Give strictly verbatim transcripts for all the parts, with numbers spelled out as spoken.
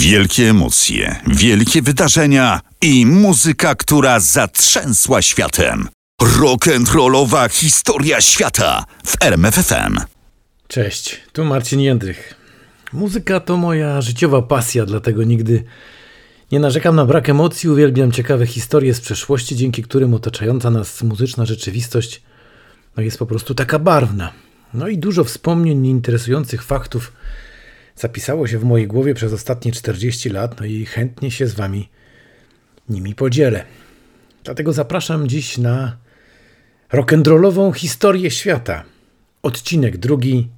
Wielkie emocje, wielkie wydarzenia i muzyka, która zatrzęsła światem. Rock'n'rollowa historia świata w R M F F M. Cześć, tu Marcin Jędrych. Muzyka to moja życiowa pasja, dlatego nigdy nie narzekam na brak emocji. Uwielbiam ciekawe historie z przeszłości, dzięki którym otaczająca nas muzyczna rzeczywistość no jest po prostu taka barwna. No i dużo wspomnień i interesujących faktów zapisało się w mojej głowie przez ostatnie czterdzieści lat, no i chętnie się z wami nimi podzielę. Dlatego zapraszam dziś na rock'n'rollową historię świata. Odcinek drugi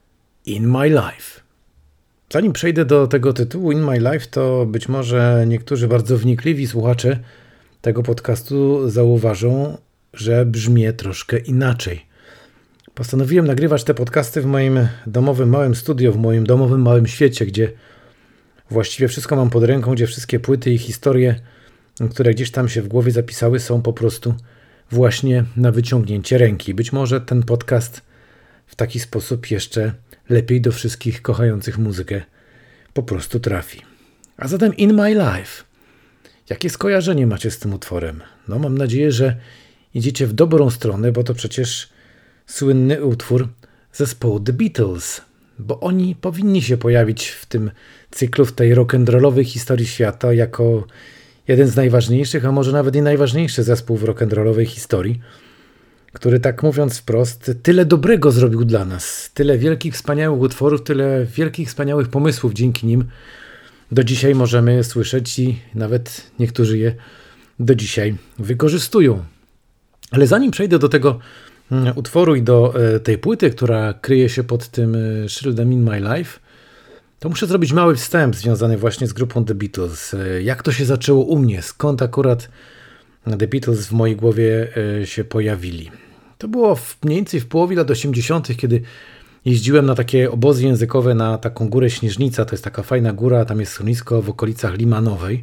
In My Life. Zanim przejdę do tego tytułu In My Life, to być może niektórzy bardzo wnikliwi słuchacze tego podcastu zauważą, że brzmię troszkę inaczej. Postanowiłem nagrywać te podcasty w moim domowym małym studio, w moim domowym małym świecie, gdzie właściwie wszystko mam pod ręką, gdzie wszystkie płyty i historie, które gdzieś tam się w głowie zapisały, są po prostu właśnie na wyciągnięcie ręki. Być może ten podcast w taki sposób jeszcze lepiej do wszystkich kochających muzykę po prostu trafi. A zatem In My Life. Jakie skojarzenie macie z tym utworem? No mam nadzieję, że idziecie w dobrą stronę, bo to przecież słynny utwór zespołu The Beatles, bo oni powinni się pojawić w tym cyklu, w tej rock'n'rollowej historii świata jako jeden z najważniejszych, a może nawet i najważniejszy zespół w rock'n'rollowej historii, który, tak mówiąc wprost, tyle dobrego zrobił dla nas, tyle wielkich, wspaniałych utworów, tyle wielkich, wspaniałych pomysłów dzięki nim do dzisiaj możemy słyszeć i nawet niektórzy je do dzisiaj wykorzystują. Ale zanim przejdę do tego utworu i do tej płyty, która kryje się pod tym szyldem In My Life, to muszę zrobić mały wstęp związany właśnie z grupą The Beatles. Jak to się zaczęło u mnie? Skąd akurat The Beatles w mojej głowie się pojawili? To było w, mniej więcej w połowie lat osiemdziesiątych, kiedy jeździłem na takie obozy językowe na taką górę Śnieżnica. To jest taka fajna góra, tam jest schronisko w okolicach Limanowej.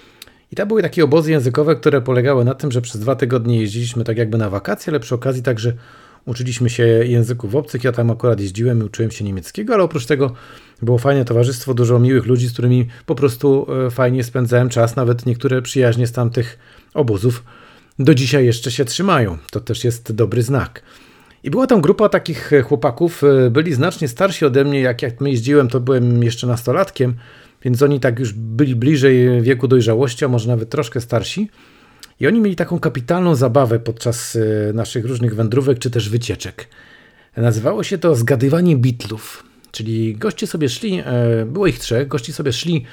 I to były takie obozy językowe, które polegały na tym, że przez dwa tygodnie jeździliśmy tak jakby na wakacje, ale przy okazji także uczyliśmy się języków obcych. Ja tam akurat jeździłem i uczyłem się niemieckiego, ale oprócz tego było fajne towarzystwo, dużo miłych ludzi, z którymi po prostu fajnie spędzałem czas. Nawet niektóre przyjaźnie z tamtych obozów do dzisiaj jeszcze się trzymają. To też jest dobry znak. I była tam grupa takich chłopaków, byli znacznie starsi ode mnie. Jak, jak my jeździłem, to byłem jeszcze nastolatkiem, więc oni tak już byli bliżej wieku dojrzałości, a może nawet troszkę starsi. I oni mieli taką kapitalną zabawę podczas naszych różnych wędrówek czy też wycieczek. Nazywało się to zgadywanie Beatlów. Czyli goście sobie szli, było ich trzech, gości sobie szli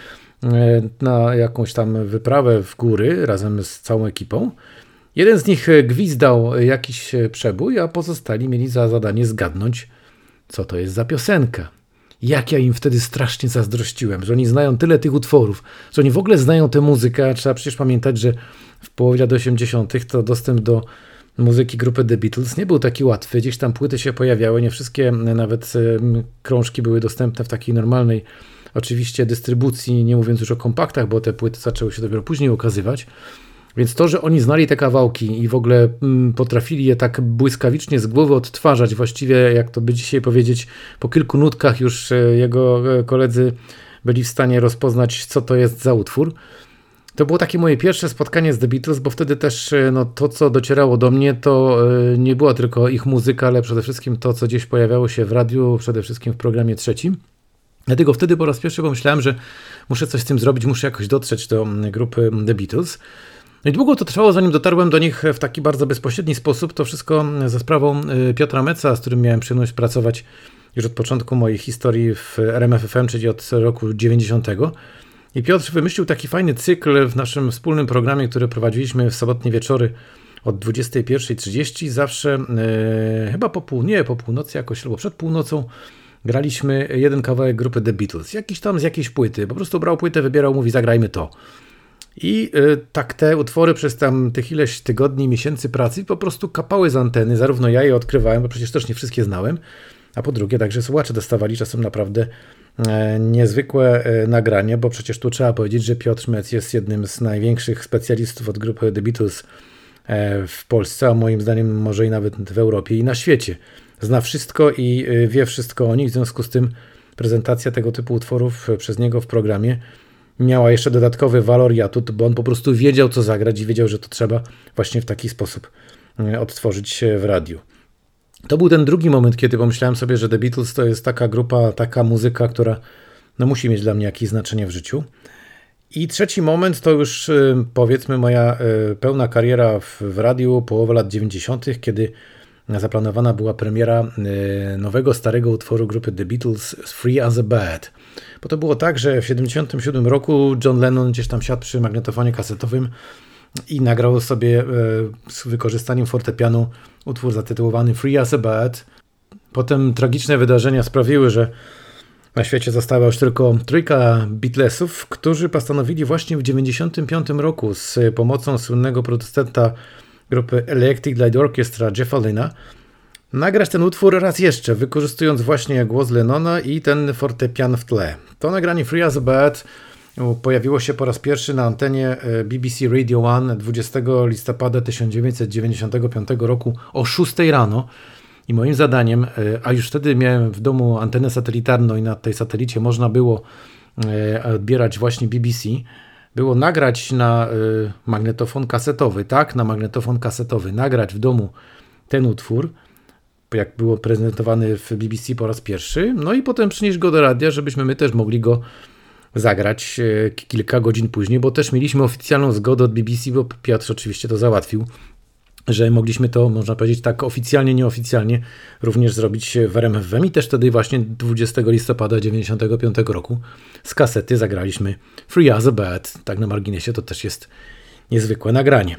na jakąś tam wyprawę w góry razem z całą ekipą. Jeden z nich gwizdał jakiś przebój, a pozostali mieli za zadanie zgadnąć, co to jest za piosenka. Jak ja im wtedy strasznie zazdrościłem, że oni znają tyle tych utworów, że oni w ogóle znają tę muzykę, a trzeba przecież pamiętać, że w połowie lat osiemdziesiątych to dostęp do muzyki grupy The Beatles nie był taki łatwy. Gdzieś tam płyty się pojawiały, nie wszystkie nawet krążki były dostępne w takiej normalnej oczywiście dystrybucji, nie mówiąc już o kompaktach, bo te płyty zaczęły się dopiero później ukazywać. Więc to, że oni znali te kawałki i w ogóle potrafili je tak błyskawicznie z głowy odtwarzać, właściwie jak to by dzisiaj powiedzieć, po kilku nutkach już jego koledzy byli w stanie rozpoznać, co to jest za utwór. To było takie moje pierwsze spotkanie z The Beatles, bo wtedy też no, to, co docierało do mnie, to nie była tylko ich muzyka, ale przede wszystkim to, co gdzieś pojawiało się w radiu, przede wszystkim w programie trzecim. Dlatego wtedy po raz pierwszy pomyślałem, że muszę coś z tym zrobić, muszę jakoś dotrzeć do grupy The Beatles. No i długo to trwało, zanim dotarłem do nich w taki bardzo bezpośredni sposób. To wszystko za sprawą Piotra Meca, z którym miałem przyjemność pracować już od początku mojej historii w R M F F M, czyli od roku dziewięćdziesiątego. I Piotr wymyślił taki fajny cykl w naszym wspólnym programie, który prowadziliśmy w sobotnie wieczory od dwudziestej pierwszej trzydzieści. Zawsze yy, chyba po pół, nie, po północy jakoś, albo przed północą graliśmy jeden kawałek grupy The Beatles. Jakiś tam z jakiejś płyty. Po prostu brał płytę, wybierał, mówi zagrajmy to. I y, tak te utwory przez tam tych ileś tygodni, miesięcy pracy po prostu kapały z anteny. Zarówno ja je odkrywałem, bo przecież też nie wszystkie znałem, a po drugie także słuchacze dostawali czasem naprawdę e, niezwykłe e, nagrania, bo przecież tu trzeba powiedzieć, że Piotr Mec jest jednym z największych specjalistów od grupy The Beatles e, w Polsce, a moim zdaniem może i nawet w Europie i na świecie. Zna wszystko i e, wie wszystko o nich, w związku z tym prezentacja tego typu utworów przez niego w programie miała jeszcze dodatkowy walor i atut, bo on po prostu wiedział, co zagrać i wiedział, że to trzeba właśnie w taki sposób odtworzyć w radiu. To był ten drugi moment, kiedy pomyślałem sobie, że The Beatles to jest taka grupa, taka muzyka, która no, musi mieć dla mnie jakieś znaczenie w życiu. I trzeci moment to już powiedzmy moja pełna kariera w, w radiu, połowa lat dziewięćdziesiątych, kiedy zaplanowana była premiera nowego, starego utworu grupy The Beatles, Free as a Bird. Bo to było tak, że w siedemdziesiątym siódmym roku John Lennon gdzieś tam siadł przy magnetofonie kasetowym i nagrał sobie z wykorzystaniem fortepianu utwór zatytułowany Free as a Bird. Potem tragiczne wydarzenia sprawiły, że na świecie została już tylko trójka Beatlesów, którzy postanowili właśnie w dziewięćdziesiątym piątym roku z pomocą słynnego producenta grupy Electric Light Orchestra Jeffa Lynna nagrać ten utwór raz jeszcze, wykorzystując właśnie głos Lennona i ten fortepian w tle. To nagranie Free as a Bird pojawiło się po raz pierwszy na antenie B B C Radio One dwudziestego listopada tysiąc dziewięćset dziewięćdziesiątego piątego roku o szóstej rano. I moim zadaniem, a już wtedy miałem w domu antenę satelitarną i na tej satelicie można było odbierać właśnie B B C, było nagrać na magnetofon kasetowy, tak, na magnetofon kasetowy, nagrać w domu ten utwór, jak było prezentowany w B B C po raz pierwszy, no i potem przynieść go do radia, żebyśmy my też mogli go zagrać kilka godzin później, bo też mieliśmy oficjalną zgodę od B B C, bo Piotr oczywiście to załatwił, że mogliśmy to, można powiedzieć tak oficjalnie, nieoficjalnie również zrobić w R M F F M i też wtedy właśnie dwudziestego listopada dziewięćdziesiątego piątego roku z kasety zagraliśmy Free as a Bird. Tak na marginesie to też jest niezwykłe nagranie.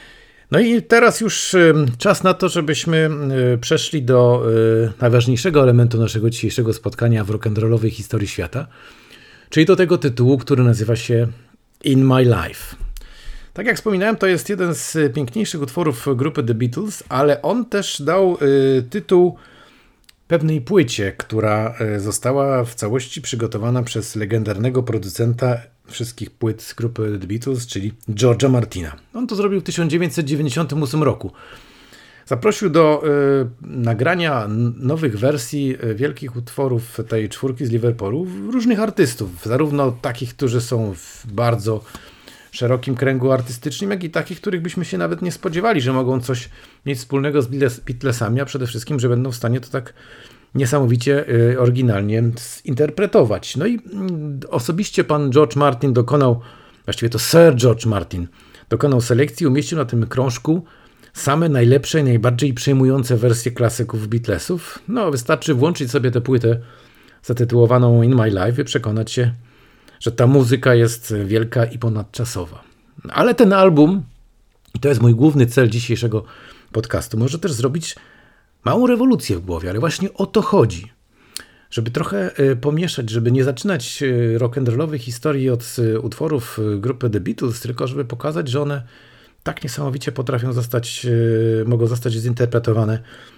No i teraz już czas na to, żebyśmy przeszli do najważniejszego elementu naszego dzisiejszego spotkania w rock'n'rollowej historii świata, czyli do tego tytułu, który nazywa się In My Life. Tak jak wspominałem, to jest jeden z piękniejszych utworów grupy The Beatles, ale on też dał y, tytuł pewnej płycie, która y, została w całości przygotowana przez legendarnego producenta wszystkich płyt z grupy The Beatles, czyli George'a Martina. On to zrobił w tysiąc dziewięćset dziewięćdziesiątym ósmym roku. Zaprosił do y, nagrania nowych wersji y, wielkich utworów tej czwórki z Liverpoolu różnych artystów, zarówno takich, którzy są w bardzo szerokim kręgu artystycznym, jak i takich, których byśmy się nawet nie spodziewali, że mogą coś mieć wspólnego z Beatlesami, a przede wszystkim, że będą w stanie to tak niesamowicie y, oryginalnie zinterpretować. No i y, osobiście pan George Martin dokonał, właściwie to Sir George Martin, dokonał selekcji, umieścił na tym krążku same najlepsze i najbardziej przejmujące wersje klasyków Beatlesów. No, wystarczy włączyć sobie tę płytę zatytułowaną In My Life i przekonać się, że ta muzyka jest wielka i ponadczasowa. Ale ten album, i to jest mój główny cel dzisiejszego podcastu, może też zrobić małą rewolucję w głowie, ale właśnie o to chodzi. Żeby trochę pomieszać, żeby nie zaczynać rock'n'rollowej historii od utworów grupy The Beatles, tylko żeby pokazać, że one tak niesamowicie potrafią zostać, mogą zostać zinterpretowane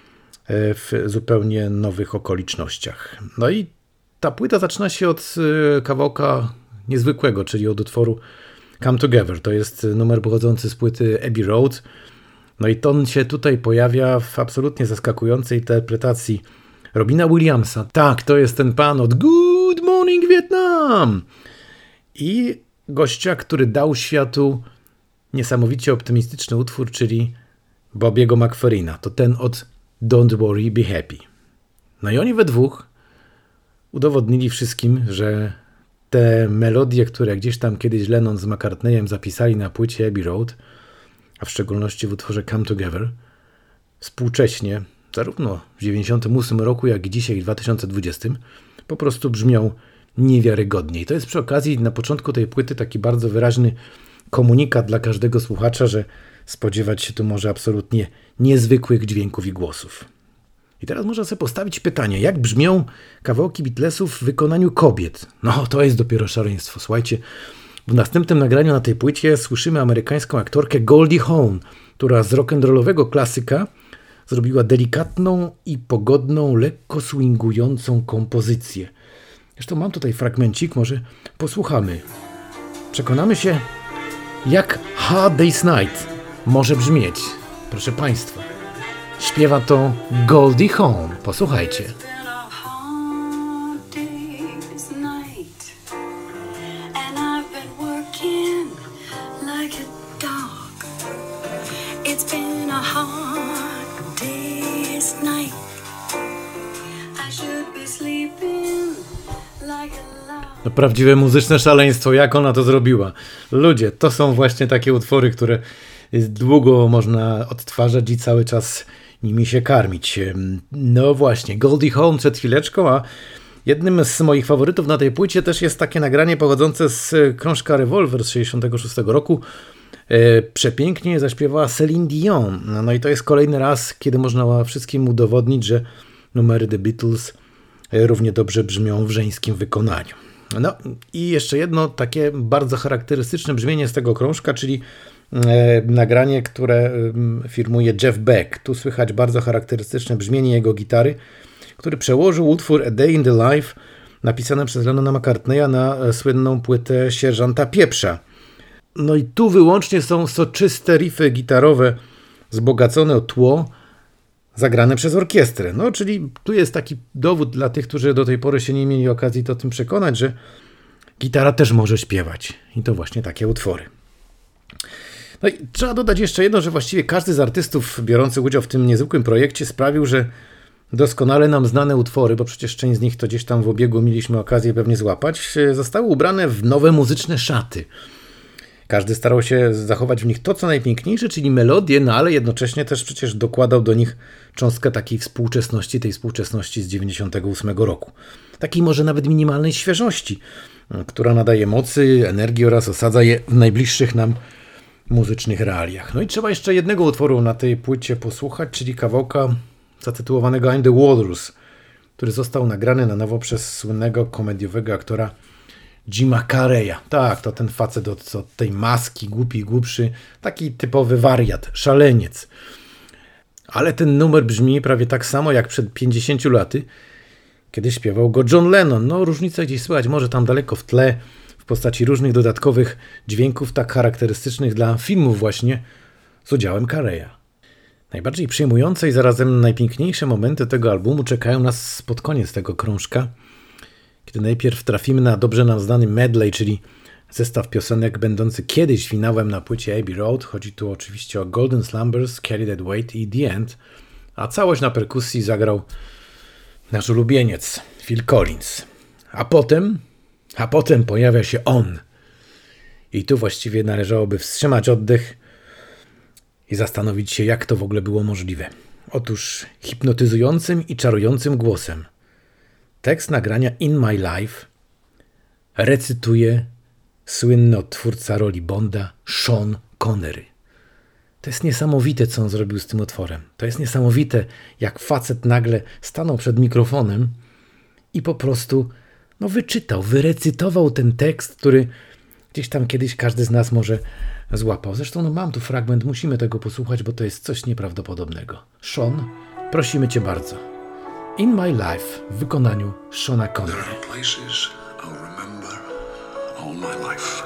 w zupełnie nowych okolicznościach. No i ta płyta zaczyna się od kawałka niezwykłego, czyli od utworu Come Together. To jest numer pochodzący z płyty Abbey Road. No i to on się tutaj pojawia w absolutnie zaskakującej interpretacji Robina Williamsa. Tak, to jest ten pan od Good Morning Vietnam. I gościa, który dał światu niesamowicie optymistyczny utwór, czyli Bobiego McFerrina. To ten od Don't Worry, Be Happy. No i oni we dwóch udowodnili wszystkim, że te melodie, które gdzieś tam kiedyś Lennon z McCartneyem zapisali na płycie Abbey Road, a w szczególności w utworze Come Together, współcześnie, zarówno w dziewięćdziesiątym ósmym roku, jak i dzisiaj w dwa tysiące dwudziestym, po prostu brzmią niewiarygodnie. I to jest przy okazji na początku tej płyty taki bardzo wyraźny komunikat dla każdego słuchacza, że spodziewać się tu może absolutnie niezwykłych dźwięków i głosów. I teraz można sobie postawić pytanie, jak brzmią kawałki Beatlesów w wykonaniu kobiet? No, to jest dopiero szaleństwo. Słuchajcie, w następnym nagraniu na tej płycie słyszymy amerykańską aktorkę Goldie Hawn, która z rock'n'rollowego klasyka zrobiła delikatną i pogodną, lekko swingującą kompozycję. Zresztą mam tutaj fragmencik, może posłuchamy. Przekonamy się, jak Hard Day's Night może brzmieć. Proszę Państwa, śpiewa to Goldie Hawn. Posłuchajcie. And I've been No, prawdziwe muzyczne szaleństwo, jak ona to zrobiła. Ludzie, to są właśnie takie utwory, które długo można odtwarzać i cały czas nimi się karmić. No właśnie, Goldie Hawn przed chwileczką, a jednym z moich faworytów na tej płycie też jest takie nagranie pochodzące z krążka Revolver z sześćdziesiątego szóstego roku. E, przepięknie zaśpiewała Celine Dion. No, no i to jest kolejny raz, kiedy można wszystkim udowodnić, że numery The Beatles równie dobrze brzmią w żeńskim wykonaniu. No i jeszcze jedno takie bardzo charakterystyczne brzmienie z tego krążka, czyli e, nagranie, które e, firmuje Jeff Beck. Tu słychać bardzo charakterystyczne brzmienie jego gitary, który przełożył utwór A Day in the Life napisane przez Lennona McCartneya na e, słynną płytę Sierżanta Pieprza. No i tu wyłącznie są soczyste riffy gitarowe wzbogacone o tło zagrane przez orkiestrę. No, czyli tu jest taki dowód dla tych, którzy do tej pory się nie mieli okazji to tym przekonać, że gitara też może śpiewać. I to właśnie takie utwory. No i trzeba dodać jeszcze jedno, że właściwie każdy z artystów biorących udział w tym niezwykłym projekcie sprawił, że doskonale nam znane utwory, bo przecież część z nich to gdzieś tam w obiegu mieliśmy okazję pewnie złapać, zostały ubrane w nowe muzyczne szaty. Każdy starał się zachować w nich to, co najpiękniejsze, czyli melodię, no ale jednocześnie też przecież dokładał do nich cząstkę takiej współczesności, tej współczesności z dziewięćdziesiątego ósmego roku. Takiej może nawet minimalnej świeżości, która nadaje mocy, energii oraz osadza je w najbliższych nam muzycznych realiach. No i trzeba jeszcze jednego utworu na tej płycie posłuchać, czyli kawałka zatytułowanego I'm the Walrus, który został nagrany na nowo przez słynnego komediowego aktora Jima Carreya. Tak, to ten facet od, od tej maski, głupi, głupszy, taki typowy wariat, szaleniec. Ale ten numer brzmi prawie tak samo jak przed pięćdziesięciu laty, kiedy śpiewał go John Lennon. No, różnica gdzieś słychać, może tam daleko w tle, w postaci różnych dodatkowych dźwięków, tak charakterystycznych dla filmów właśnie z udziałem Carreya. Najbardziej przejmujące i zarazem najpiękniejsze momenty tego albumu czekają nas pod koniec tego krążka, kiedy najpierw trafimy na dobrze nam znany medley, czyli zestaw piosenek będący kiedyś finałem na płycie Abbey Road. Chodzi tu oczywiście o Golden Slumbers, Carry That Weight i The End, a całość na perkusji zagrał nasz ulubieniec Phil Collins. A potem, a potem pojawia się on. I tu właściwie należałoby wstrzymać oddech i zastanowić się, jak to w ogóle było możliwe. Otóż hipnotyzującym i czarującym głosem tekst nagrania In My Life recytuje słynny odtwórca roli Bonda Sean Connery. To jest niesamowite, co on zrobił z tym utworem. To jest niesamowite, jak facet nagle stanął przed mikrofonem i po prostu no, wyczytał, wyrecytował ten tekst, który gdzieś tam kiedyś każdy z nas może złapał. Zresztą no, mam tu fragment, musimy tego posłuchać, bo to jest coś nieprawdopodobnego. Sean, prosimy Cię bardzo. In My Life w wykonaniu Seana Connery. There are places I'll remember all my life.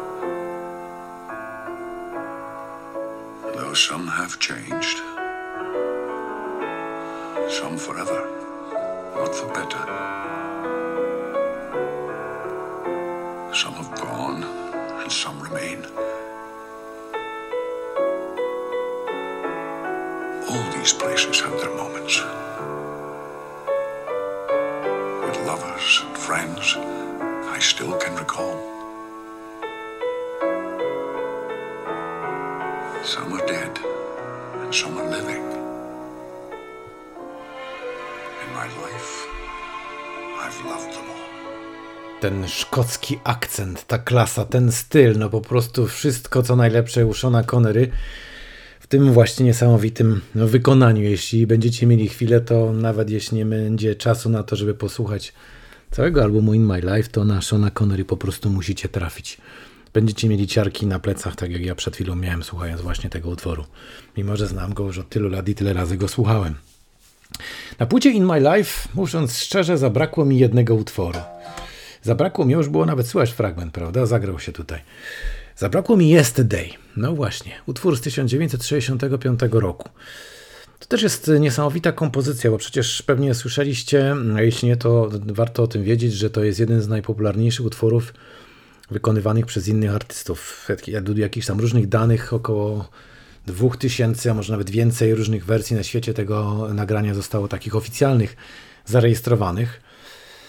Though some have changed, some forever, not for better. Some have gone and some remain. All these places have their moments. Lovers and friends I still can recall. Some are dead and some are living. In my life, I've loved them all. Ten szkocki akcent, ta klasa, ten styl, no po prostu wszystko co najlepsze u Seana Connery w tym właśnie niesamowitym no, wykonaniu. Jeśli będziecie mieli chwilę, to nawet jeśli nie będzie czasu na to, żeby posłuchać całego albumu In My Life, to na Seana Connery po prostu musicie trafić. Będziecie mieli ciarki na plecach, tak jak ja przed chwilą miałem, słuchając właśnie tego utworu. Mimo że znam go już od tylu lat i tyle razy go słuchałem. Na płycie In My Life, mówiąc szczerze, zabrakło mi jednego utworu. Zabrakło mi, już było nawet słychać fragment, prawda? Zagrał się tutaj. Zabrakło mi Yesterday. No właśnie, utwór z tysiąc dziewięćset sześćdziesiątego piątego roku. To też jest niesamowita kompozycja, bo przecież pewnie słyszeliście, a jeśli nie, to warto o tym wiedzieć, że to jest jeden z najpopularniejszych utworów wykonywanych przez innych artystów. Według jakichś tam różnych danych około dwóch tysięcy, a może nawet więcej różnych wersji na świecie tego nagrania zostało takich oficjalnych, zarejestrowanych.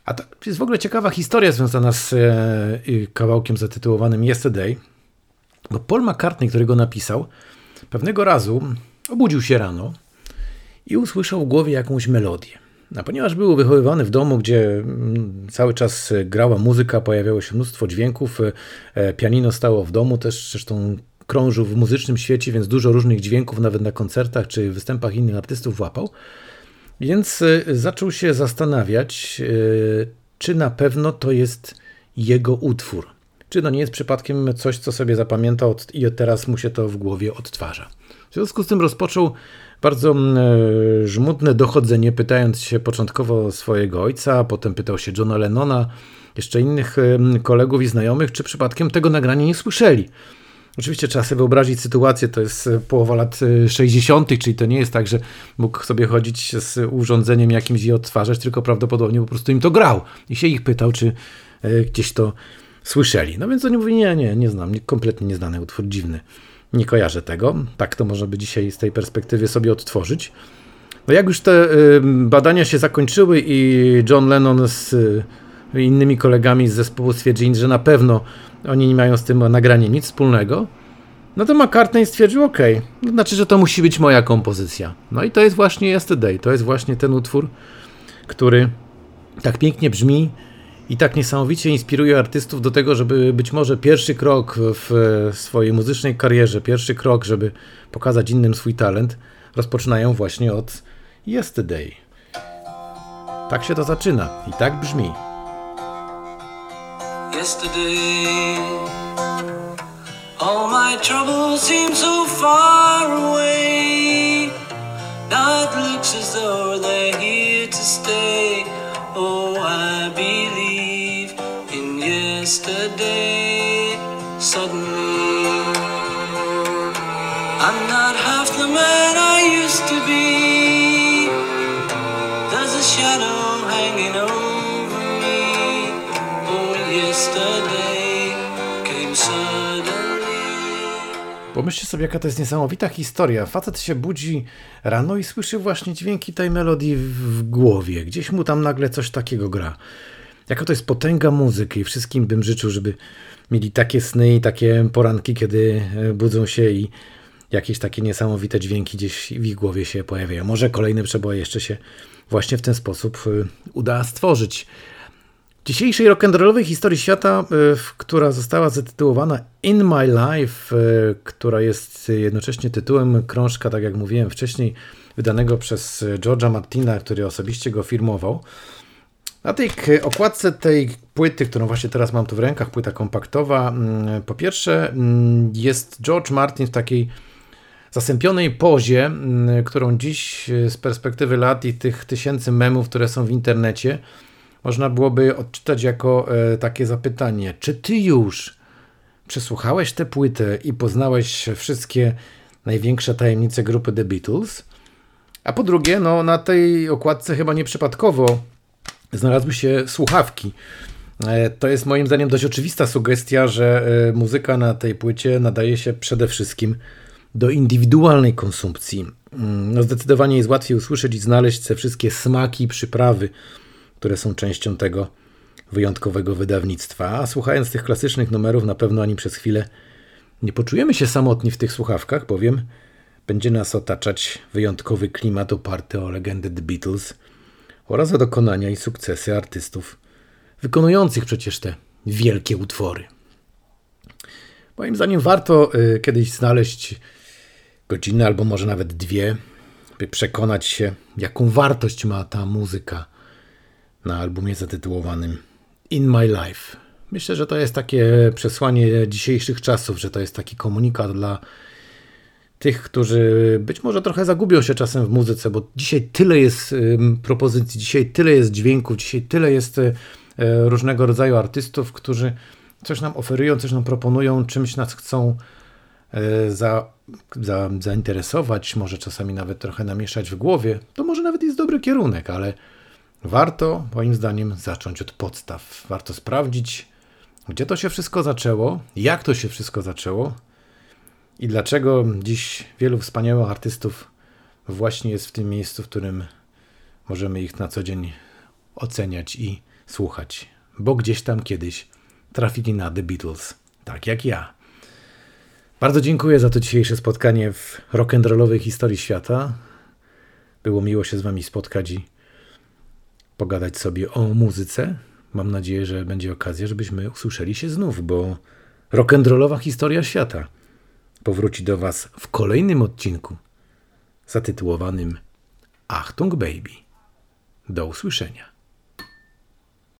A to jest w ogóle ciekawa historia związana z e, kawałkiem zatytułowanym Yesterday, bo Paul McCartney, który go napisał, pewnego razu obudził się rano i usłyszał w głowie jakąś melodię. A ponieważ był wychowywany w domu, gdzie cały czas grała muzyka, pojawiało się mnóstwo dźwięków, pianino stało w domu, też zresztą krążył w muzycznym świecie, więc dużo różnych dźwięków, nawet na koncertach czy występach innych artystów łapał. Więc zaczął się zastanawiać, czy na pewno to jest jego utwór. Czy to nie jest przypadkiem coś, co sobie zapamiętał i od teraz mu się to w głowie odtwarza. W związku z tym rozpoczął bardzo żmudne dochodzenie, pytając się początkowo swojego ojca, potem pytał się Johna Lennona, jeszcze innych kolegów i znajomych, czy przypadkiem tego nagrania nie słyszeli. Oczywiście trzeba sobie wyobrazić sytuację, to jest połowa lat sześćdziesiątych, czyli to nie jest tak, że mógł sobie chodzić z urządzeniem jakimś i odtwarzać, tylko prawdopodobnie po prostu im to grał i się ich pytał, czy gdzieś to słyszeli. No więc oni mówili, nie, nie, nie znam, kompletnie nieznany utwór, dziwny. Nie kojarzę tego. Tak to można by dzisiaj z tej perspektywy sobie odtworzyć. No jak już te badania się zakończyły i John Lennon z innymi kolegami z zespołu stwierdzili, że na pewno oni nie mają z tym nagraniem nic wspólnego, no to McCartney stwierdził, okej, okay, to znaczy, że to musi być moja kompozycja. No i to jest właśnie Yesterday, to jest właśnie ten utwór, który tak pięknie brzmi i tak niesamowicie inspiruje artystów do tego, żeby być może pierwszy krok w swojej muzycznej karierze, pierwszy krok, żeby pokazać innym swój talent, rozpoczynają właśnie od Yesterday. Tak się to zaczyna i tak brzmi. Yesterday, all my troubles seem so far away. Now it looks as though they're here to stay. Oh, I believe in yesterday. Suddenly, I'm not half the man I used to be. There's a shadow hanging over me. Oh, yesterday came suddenly. Pomyślcie sobie, jaka to jest niesamowita historia. Facet się budzi rano i słyszy właśnie dźwięki tej melodii w głowie. Gdzieś mu tam nagle coś takiego gra. Jaka to jest potęga muzyki. Wszystkim bym życzył, żeby mieli takie sny i takie poranki, kiedy budzą się i jakieś takie niesamowite dźwięki gdzieś w ich głowie się pojawiają. Może kolejne przeboje jeszcze się właśnie w ten sposób uda stworzyć. W dzisiejszej rock'n'rollowej historii świata, która została zatytułowana In My Life, która jest jednocześnie tytułem krążka, tak jak mówiłem wcześniej, wydanego przez George'a Martina, który osobiście go firmował. Na tej okładce tej płyty, którą właśnie teraz mam tu w rękach, płyta kompaktowa, po pierwsze jest George Martin w takiej zasępionej pozie, którą dziś z perspektywy lat i tych tysięcy memów, które są w internecie, można byłoby odczytać jako e, takie zapytanie, czy ty już przesłuchałeś tę płytę i poznałeś wszystkie największe tajemnice grupy The Beatles? A po drugie, no na tej okładce chyba nieprzypadkowo znalazły się słuchawki. E, to jest moim zdaniem dość oczywista sugestia, że e, muzyka na tej płycie nadaje się przede wszystkim do indywidualnej konsumpcji. No zdecydowanie jest łatwiej usłyszeć i znaleźć te wszystkie smaki i przyprawy, które są częścią tego wyjątkowego wydawnictwa. A słuchając tych klasycznych numerów na pewno ani przez chwilę nie poczujemy się samotni w tych słuchawkach, bowiem będzie nas otaczać wyjątkowy klimat oparty o legendę The Beatles oraz o dokonania i sukcesy artystów wykonujących przecież te wielkie utwory. Moim zdaniem warto y, kiedyś znaleźć godzinę albo może nawet dwie, by przekonać się, jaką wartość ma ta muzyka na albumie zatytułowanym In My Life. Myślę, że to jest takie przesłanie dzisiejszych czasów, że to jest taki komunikat dla tych, którzy być może trochę zagubią się czasem w muzyce, bo dzisiaj tyle jest propozycji, dzisiaj tyle jest dźwięków, dzisiaj tyle jest różnego rodzaju artystów, którzy coś nam oferują, coś nam proponują, czymś nas chcą za, za, zainteresować, może czasami nawet trochę namieszać w głowie. To może nawet jest dobry kierunek, ale warto, moim zdaniem, zacząć od podstaw. Warto sprawdzić, gdzie to się wszystko zaczęło, jak to się wszystko zaczęło i dlaczego dziś wielu wspaniałych artystów właśnie jest w tym miejscu, w którym możemy ich na co dzień oceniać i słuchać, bo gdzieś tam kiedyś trafili na The Beatles, tak jak ja. Bardzo dziękuję za to dzisiejsze spotkanie w rock'n'rollowej historii świata. Było miło się z wami spotkać i pogadać sobie o muzyce. Mam nadzieję, że będzie okazja, żebyśmy usłyszeli się znów, bo rock'n'rollowa historia świata powróci do was w kolejnym odcinku zatytułowanym Achtung Baby. Do usłyszenia.